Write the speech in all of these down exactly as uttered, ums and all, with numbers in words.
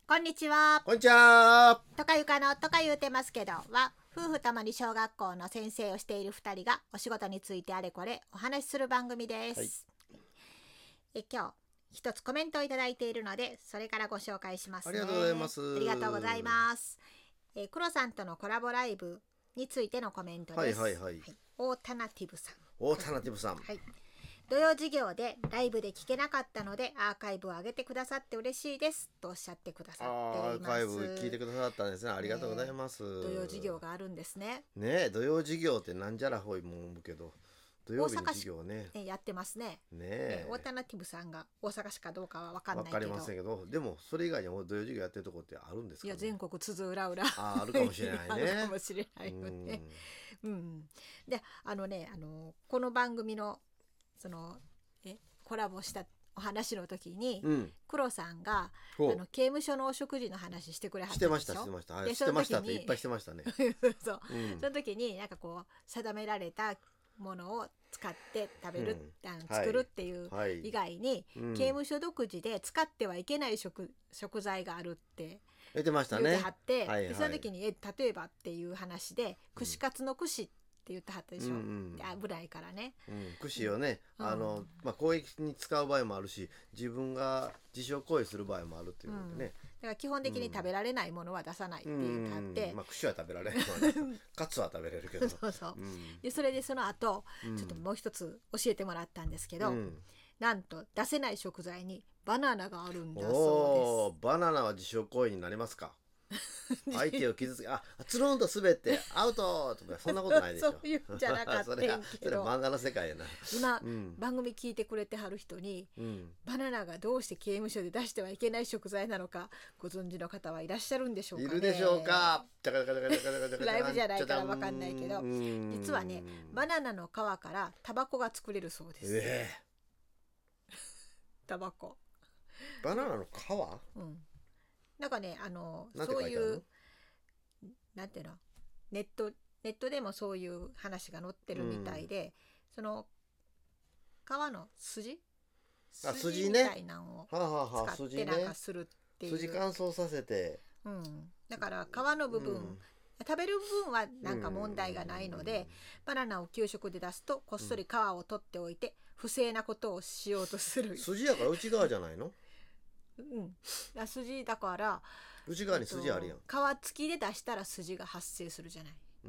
こんにちは。 こんにちは。 とかゆかのとか言うてますけどは、夫婦ともに小学校の先生をしているふたりがお仕事についてあれこれお話しする番組です。はい、え今日一つコメントをいただいているので、それからご紹介しますね。 ありがとうございます。 ありがとうございます。え黒さんとのコラボライブについてのコメントです。 はいはいはい。はい、 オータナティブさん。 オータナティブさん。 はい。土曜授業でライブで聞けなかったのでアーカイブを上げてくださって嬉しいですとおっしゃってくださっています。 アーカイブ聞いてくださったんですね。ありがとうございます。 ね、土曜授業があるんですね。 ねえ、土曜授業ってなんじゃらほいもん思うけど、土曜日の授業ね。 やってますね。 ねえ。 オータナティブさんが大阪市かどうかは分かんないけど。 分かりませんけど、でもそれ以外にも土曜授業やってるとこってあるんですかね。 いや全国津々浦々 ああるかもしれないね。 あるかもしれないよね。うん。うん、で、あのね、あのこの番組のそのえコラボしたお話の時に、うん、黒さんがあの刑務所のお食事の話してくれはったでしょ。 してましたしてました。はい、してましたっていっぱいしてましたね。 そう、うん、その時になんかこう定められたものを使って食べる、うん、あの作るっていう以外に、はいはい、刑務所独自で使ってはいけない 食, 食材があるって言ってましたね。 言ってはって、 はいはい、 でその時にえ例えばっていう話で串カツの串ってって言ってはったでしょ、うんうん、危ないからね、 うん、串をね、うん、あのまあ、攻撃に使う場合もあるし自分が自傷行為する場合もあるっていうのでね、うん、だから基本的に食べられないものは出さないって言ってはって、うんまあ、串は食べられないカツは食べれるけどそうそう、うん、でそれでその後、うん、ちょっともう一つ教えてもらったんですけど、うん、なんと出せない食材にバナナがあるんだそうです。 バナナは自傷行為になりますか？相手を傷つけあつるんと滑ってアウトとかそんなことないでしょ。 そういうんじゃなかったんけどそれは漫画の世界やな。 今、うん、番組聞いてくれてはる人に、うん、バナナがどうして刑務所で出してはいけない食材なのかご存知の方はいらっしゃるんでしょうかね。 いるでしょうか。 ライブじゃないから分かんないけど実はねバナナの皮からタバコが作れるそうです。えー、タバコバナナの皮、 うんなんかねあのそういうなんていうのネットネットでもそういう話が載ってるみたいで、うん、その皮の筋筋みたいなのを使ってなんかするっていう、 筋乾燥させて、 うん、だから皮の部分、うん、食べる部分はなんか問題がないので、うん、バナナを給食で出すとこっそり皮を取っておいて不正なことをしようとする。 筋やから内側じゃないの？ うん、筋だから内側に筋あるやん、 えっと、皮付きで出したら筋が発生するじゃない、うん、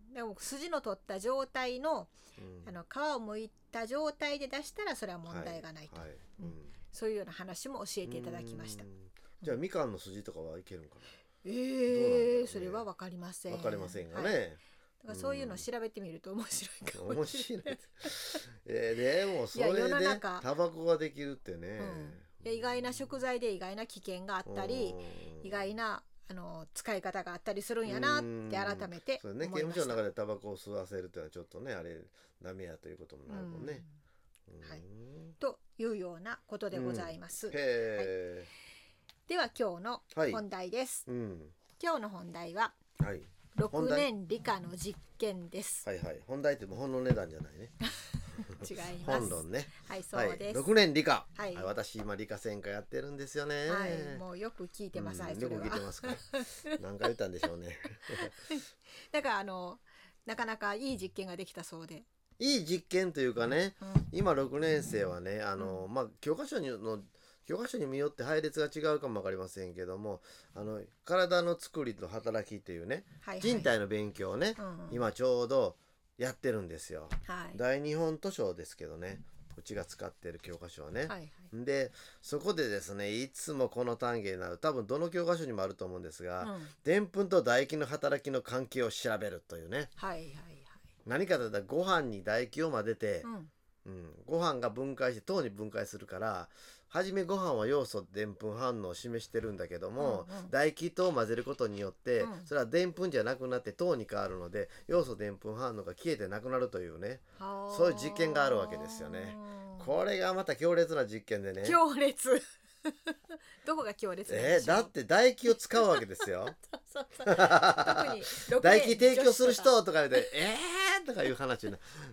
でも筋の取った状態の、うん、あの皮を剥いた状態で出したらそれは問題がないと、はいはいうん、そういうような話も教えていただきました。 じゃあみかんの筋とかはいけるんかな。 えー、ね、それは分かりません。 分かりませんがね、 はい、だからそういうのを調べてみると面白いかもしれない。面白いえー、でもそれでタバコができるってね、 うん、意外な食材で意外な危険があったり意外なあの使い方があったりするんやなって改めて思いました。 刑務所の中でタバコを吸わせるというのはちょっとねあれダメやということになるもんね、 うんはい、というようなことでございます、うんへはい、では今日の本題です、はいうん、今日の本題は、はい、ろくねん理科の実験です。 はいはい、本題っても本の値段じゃないね違います。 本論ね。 はい、そうです。はい、 ろくねん理科、はいはい。私今理科専科やってるんですよね。 はい、もうよく聞いてます。 うん、よく聞いてますか。何回言ったんでしょうね。 だからあのなかなかいい実験ができたそうで。 いい実験というかね、うん、今ろくねん生はね、あの、うん、まあ教科書にの教科書によって配列が違うかも分かりませんけども、あの体の作りと働きっていうね、はいはい、人体の勉強をね、うん、今ちょうどやってるんですよ、はい、大日本図書ですけどね、うちが使ってる教科書はね、はいはい、でそこでですねいつもこの単元になる多分どの教科書にもあると思うんですがでんぷんと唾液の働きの関係を調べるというね、はいはいはい、何かというとご飯に唾液を混ぜて、うんうん、ご飯が分解して糖に分解するからはじめご飯は要素でんぷん反応を示してるんだけども、うんうん、唾液と混ぜることによって、うん、それはでんぷんじゃなくなって糖に変わるので要素でんぷん反応が消えてなくなるというねそういう実験があるわけですよね。これがまた強烈な実験でね。 強烈どこが強烈なんでしょう。 えー、だって唾液を使うわけですよ。そうそう特に唾液提供する人とかでえーとかいう話な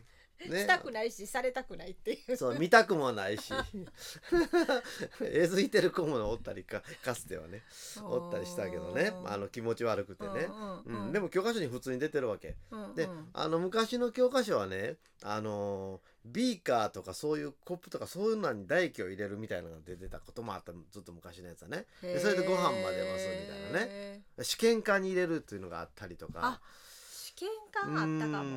したくないしされたくないっていうそう見たくもないしえずいてる子もおったりかかつてはねおったりしたけどね、あの気持ち悪くてね、うんうんうん、でも教科書に普通に出てるわけ、うんうん、であの昔の教科書はねあのビーカーとかそういうコップとかそういうのに唾液を入れるみたいなのが出てたこともあった、ずっと昔のやつはね。でそれでご飯までますみたいなね、試験管に入れるっていうのがあったりとか。 あ、試験管あったかも。うん、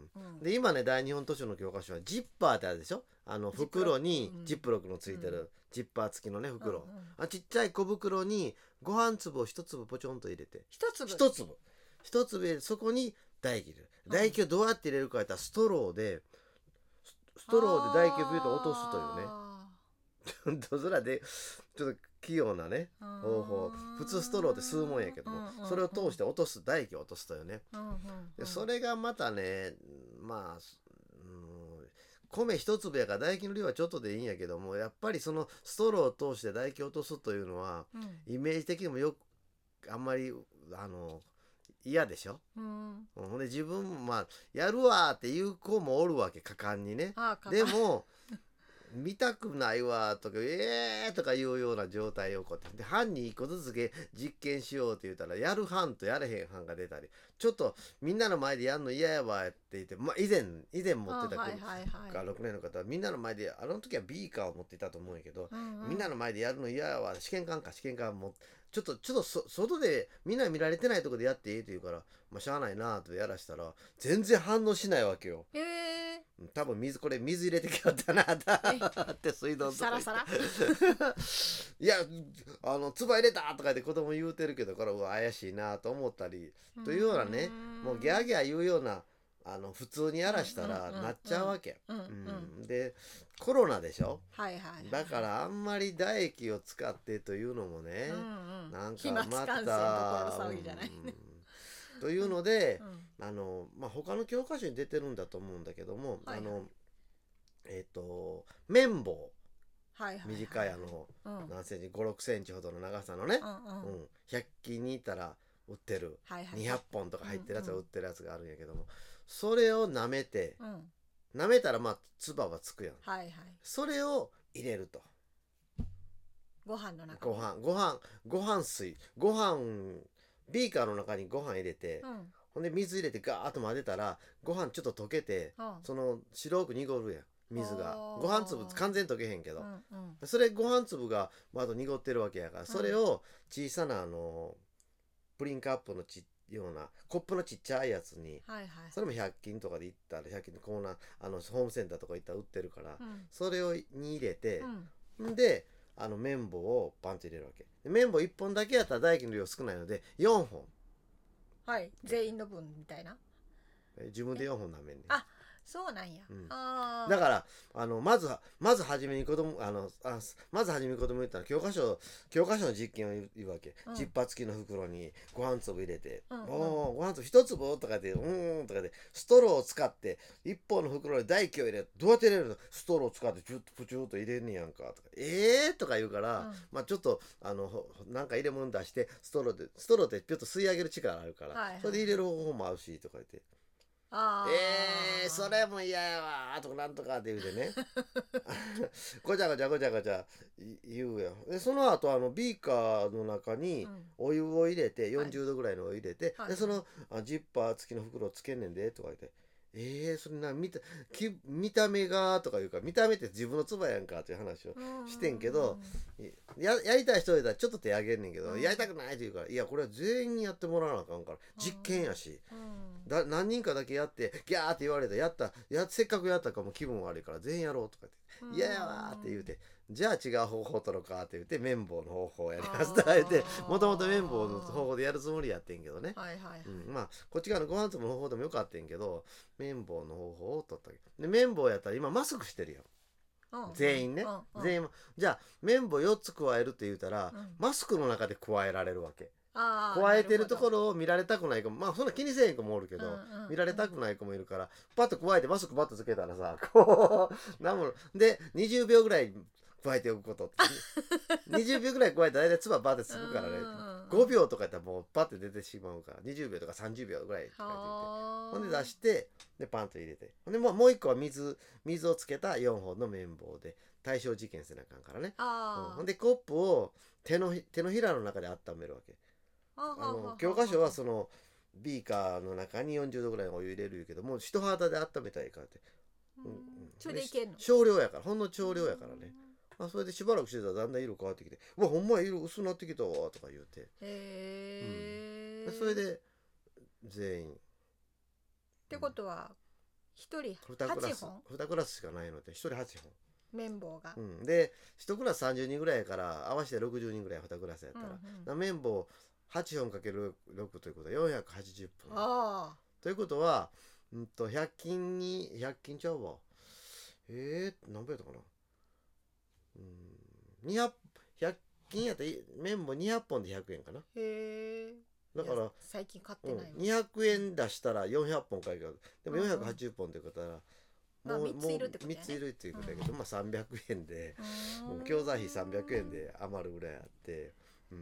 で今ね大日本図書の教科書はジッパーってあるでしょ、あの袋にジップロックのついてる、うん、ジッパー付きのね袋、うんうん、あちっちゃい小袋にご飯粒を一粒ポチョンと入れて一粒一粒一粒入れてそこに唾液入れる。唾液をどうやって入れるかやったらストローでストローで唾液をビューと落とすというねちょっとそれでちょっと器用なね方法。普通ストローって吸うもんやけども、うんうん、それを通して落とす唾液を落とすというね、うんうんうん、でそれがまたねまあ、うん、米一粒やから唾液の量はちょっとでいいんやけども、やっぱりそのストローを通して唾液を落とすというのは、うん、イメージ的にもよくあんまりあの嫌でしょ、うん、ほんで自分もまあやるわっていう子もおるわけ、果敢にね。でも見たくないわとかえーとかいうような状態を起こってで班に一個ずつ実験しようって言ったらやる班とやれへん班が出たり、ちょっとみんなの前でやるの嫌やわって言って、まあ、以前以前持ってた子がろくねんの方はみんなの前であの時はビーカーを持っていたと思うんやけど、うんうん、みんなの前でやるの嫌やわ、試験管か試験管もちょっとちょっとそ外でみんな見られてないとこでやっていいって言うから、まあ、しゃあないなとやらしたら全然反応しないわけよ。 へえ。 多分水これ水入れてきよったなって水道とかサラサラいやあの唾入れたとか言って子供言うてるけどこれは怪しいなと思ったりというようなね、もうギャーギャー言うようなあの普通にやらしたらなっちゃうわけ。でコロナでしょ、 はいはいはい、 だからあんまり唾液を使ってというのもね、うんうん、なんかまた騒ぎじゃない、ね、 うん、というので、うん、あのまあ他の教科書に出てるんだと思うんだけども、はいはい、あのえっ、ー、と綿棒、はいはいはい、短いあの、うん、何センチご、ろくセンチほどの長さのね、うんうんうん、ひゃっ均に行ったら売ってる、はいはい、にひゃっぽんとか入ってるやつが売ってるやつがあるんやけども、うんうん、それを舐めて、うん舐めたらまあ唾はつくやん、 はいはい、 それを入れるとご飯の中にご飯ご飯ご飯水ご飯ビーカーの中にご飯入れて、うん、ほんで水入れてガーッと混ぜたらご飯ちょっと溶けて、うん、その白く濁るやん水がご飯粒完全に溶けへんけど、うんうん、それご飯粒がまだ濁ってるわけやから、それを小さなあのプリンカップのちっようなコップのちっちゃいやつに、はいはい、それもひゃっ均とかで行ったらひゃっ均のコーナーあのホームセンターとか行ったら売ってるから、うん、それをに入れて、うん、であの綿棒をバンと入れるわけで、綿棒いっぽんだけやったら唾液の量少ないのでよんほん、 はい全員の分みたいな、 自分でよんほんなめんねん。 あそうなんや、うん、あだからあのまずまず初めに子供あのあまず初めに子供言ったら教科書教科書の実験を言うわけ、うん、ジッパー付きの袋にご飯粒入れて、うんうん、おご飯粒一粒とかでうんとかでストローを使って一本の袋に唾液を入れる、どうやって入れるの、ストローを使ってチュッとプチュッと入れんねやんかとかえーとか言うから、うん、まあちょっとあのなんか入れ物出してストローでストローってピュッと吸い上げる力あるから、はいはい、それで入れる方法もあるしとか言ってあえー、それも嫌やわとかなんとかって言うてねごちゃごちゃごちゃごちゃ言うよ。でその後あのビーカーの中にお湯を入れて、うん、よんじゅうどぐらいのお湯入れて、はい、でそのあジッパー付きの袋をつけんねんでとか言ってえー、それな見たき見た目がとか言うから見た目って自分の唾やんかっていう話をしてんけど、や, やりたい人いたらちょっと手あげんねんけど、やりたくないって言うからいやこれは全員にやってもらわなあかんから実験やし、だ何人かだけやってギャーって言われたやったやせっかくやったかも気分悪いから全員やろうとか言って嫌やわって言うてじゃあ違う方法取ろうかって言って綿棒の方法をやりましたって言ってもともと綿棒の方法でやるつもりやってんけどね、はいはいはいうん、まあこっち側のご飯粒の方法でもよかったんけど綿棒の方法を取ったで綿棒やったら今マスクしてるよ、うん、全員ね、うんうん、全員じゃあ綿棒よっつ加えるって言うたら、うん、マスクの中で加えられるわけ加えてるところを見られたくない子もまあそんな気にせえへん子もおるけど、うんうん、見られたくない子もいるからパッと加えてマスクパッとつけたらさこうなんもでにじゅうびょうぐらい加えておくことにじゅうびょうぐらい加えたら大体唾バーってつくからねごびょうとかやったらもうパッて出てしまうからにじゅうびょうとかさんじゅうびょうぐらいって書いてて、ほんで出してでパンと入れて、ほんでもうもう一個は水水をつけたよんほんの綿棒で対象実験せなあかんからね。うん、ほんでコップを手の手のひらの中で温めるわけ。あの教科書はそのビーカーの中によんじゅうどぐらいのお湯入れるけども人肌で温めたらいいからって、 うんうん、それでいけんの？ 少量やから、ほんの少量やからね。まあ、それでしばらくしてたらだんだん色変わってきて「うわほんま色薄なってきたわ」とか言うて、へえ、うん、それで全員ってことはひとりはちほん、 にクラスしかないのでひとりはっぽん綿棒が、 うん、でいちクラスさんじゅうにんぐらいやから合わせてろくじゅうにんぐらいにクラスやったら、うんうん、綿棒はちほんかけるろくということはよんひゃくはちじゅっぽん。あということは、うんと、ひゃく均にひゃく均ちゃうわえー、何倍やったかな、うん、にひゃく、ひゃく均やったら綿棒にひゃっぽんでひゃくえんかな。へー、だから最近買ってないわ、 うん、にひゃくえん出したらよんひゃっぽん買える。でもよんひゃくはちじゅっぽんってことは、 もう、まあ、みっついるってことやね。 みっついるっていうことやけど、うん、まあさんびゃくえんで、もう教材費さんびゃくえんで余るぐらいあって、うん、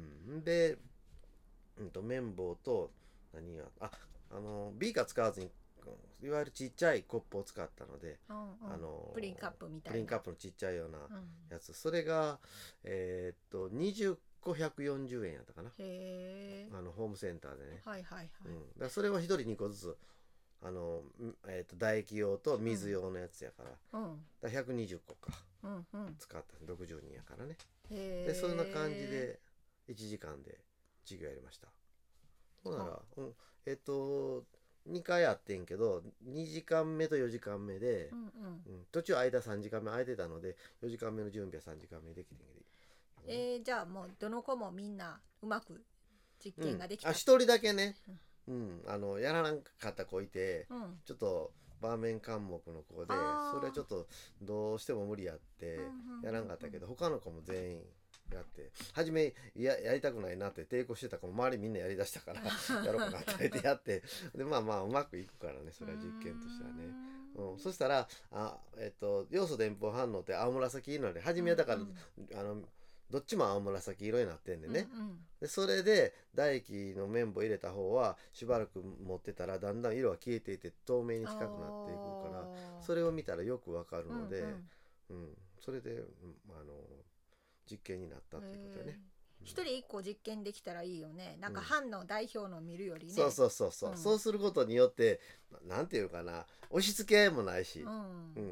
で、うんと綿棒と何がああのビーカー使わずにいわゆるちっちゃいコップを使ったので、うんうん、あのプリンカップみたいなプリンカップのちっちゃいようなやつ、うん、それがえー、っとにじゅっこひゃくよんじゅうえんやったかな。へー、あのホームセンターでね。はいはいはい。うん、だからそれはひとりにこずつあの、えー、っと唾液用と水用のやつやから、うん、だからひゃくにじゅっこか、うんうん、使ったろくじゅうにんやからね。へー、でそんな感じでいちじかんで授業やりました。ほんなら、うん、えっとにかいあってんけどにじかんめとよじかんめで、うんうんうん、途中間さんじかんめ空いてたのでよじかんめの準備はさんじかんめできてんけど、 えー、じゃあもうどの子もみんなうまく実験ができた、 うん、あひとりだけね、うん、あのやらなかった子いて、うん、ちょっと場面科目の子でそれはちょっとどうしても無理やってやらんかったけど、他の子も全員やって初め や, やりたくないなって抵抗してた子も周りみんなやりだしたからやろうかなってやってでまあまあうまくいくからね、それは実験としてはね。うん、そしたらあ、えっと、要素電波反応って青紫色で初めはだから、うんうん、あのどっちも青紫色になってんでね、うんうん、でそれで唾液の綿棒入れた方はしばらく持ってたらだんだん色が消えていって透明に近くなっていくからそれを見たらよくわかるので、うんうんうん、それで、うん、あの実験になったっていうことでね。 一人一個実験できたらいいよね。なんか班の代表のを見るよりね、うん、 そうそうそうそう、うん、そうすることによってなんていうかな押し付け合いもないし、うんうん、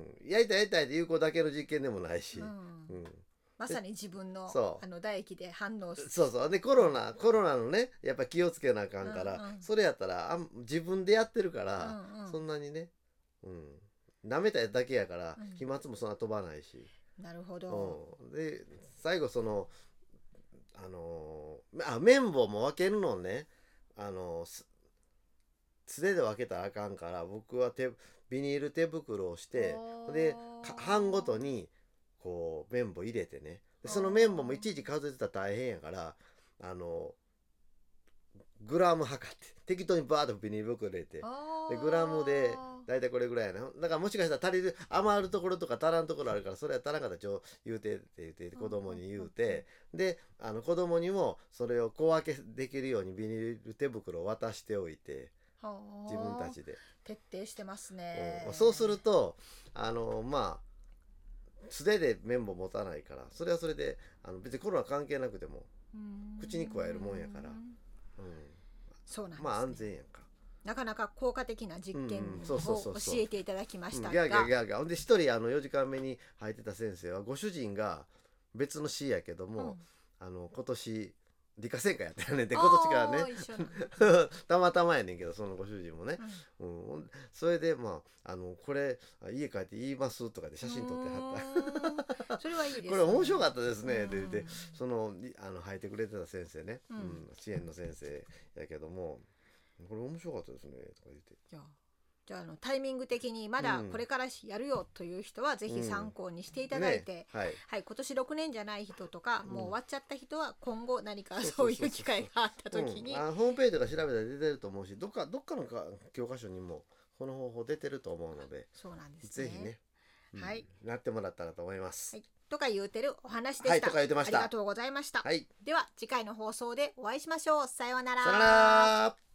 やりたいやりたいっていう子だけの実験でもないし、うんうん、 まさに自分のあの唾液で反応してそうそうでコロナコロナのねやっぱ気をつけなあかんから、うんうん、それやったらあ自分でやってるから、うんうん、そんなにね、うん、舐めただけやから、うん、飛沫もそんな飛ばないし。 なるほど、 うん、で最後そのあのー、あ綿棒も分けるのね、あのー、素手で分けたらあかんから僕は手ビニール手袋をしてで班ごとにこう綿棒入れてね、でその綿棒もいちいち数えてたら大変やからあのー、グラム測って適当にバーッとビニール袋入れてでグラムでだいたいこれぐらいやな。だからもしかしたら足りる余るところとか足らんところあるからそれは足らんかったらちょ言うてって言って子供に言うて、であの子供にもそれを小分けできるようにビニール手袋を渡しておいて自分たちで徹底してますね、 うん、そうするとあのまあ素手で綿棒持たないからそれはそれであの別にコロナ関係なくても口に加えるもんやから、うん、 そうなんですね、 まあ安全やんか。 なかなか効果的な実験を教えていただきましたが、 ギャーギャーギャーギャー。ほんで一人あのよじかんめに入ってた先生はご主人が別の市やけども、うん、あの今年理科専科やってるねんで今年からねたまたまやねんけどそのご主人もね、うんうん、それでまああのこれ家帰って言いますとかで写真撮ってはったそれはいいですねこれ面白かったですねって言ってそのあの入ってくれてた先生ね、うんうん、支援の先生やけどもこれ面白かったですねとか言って、 じゃあ、じゃあ、あのタイミング的にまだこれからやるよという人はぜひ参考にしていただいて、うんねはいはい、今年ろくねんじゃない人とか、うん、もう終わっちゃった人は今後何かそういう機会があった時に、 うん、あホームページとか調べたら出てると思うしどっかどっかのか教科書にもこの方法出てると思うのでそうなんですね、 ぜひね、 はい、 なってもらったらと思います。 はい、とか言うてるお話でした。 はい、とか言ってました。 ありがとうございました。 はい、 では次回の放送でお会いしましょう。さようなら。 さよなら。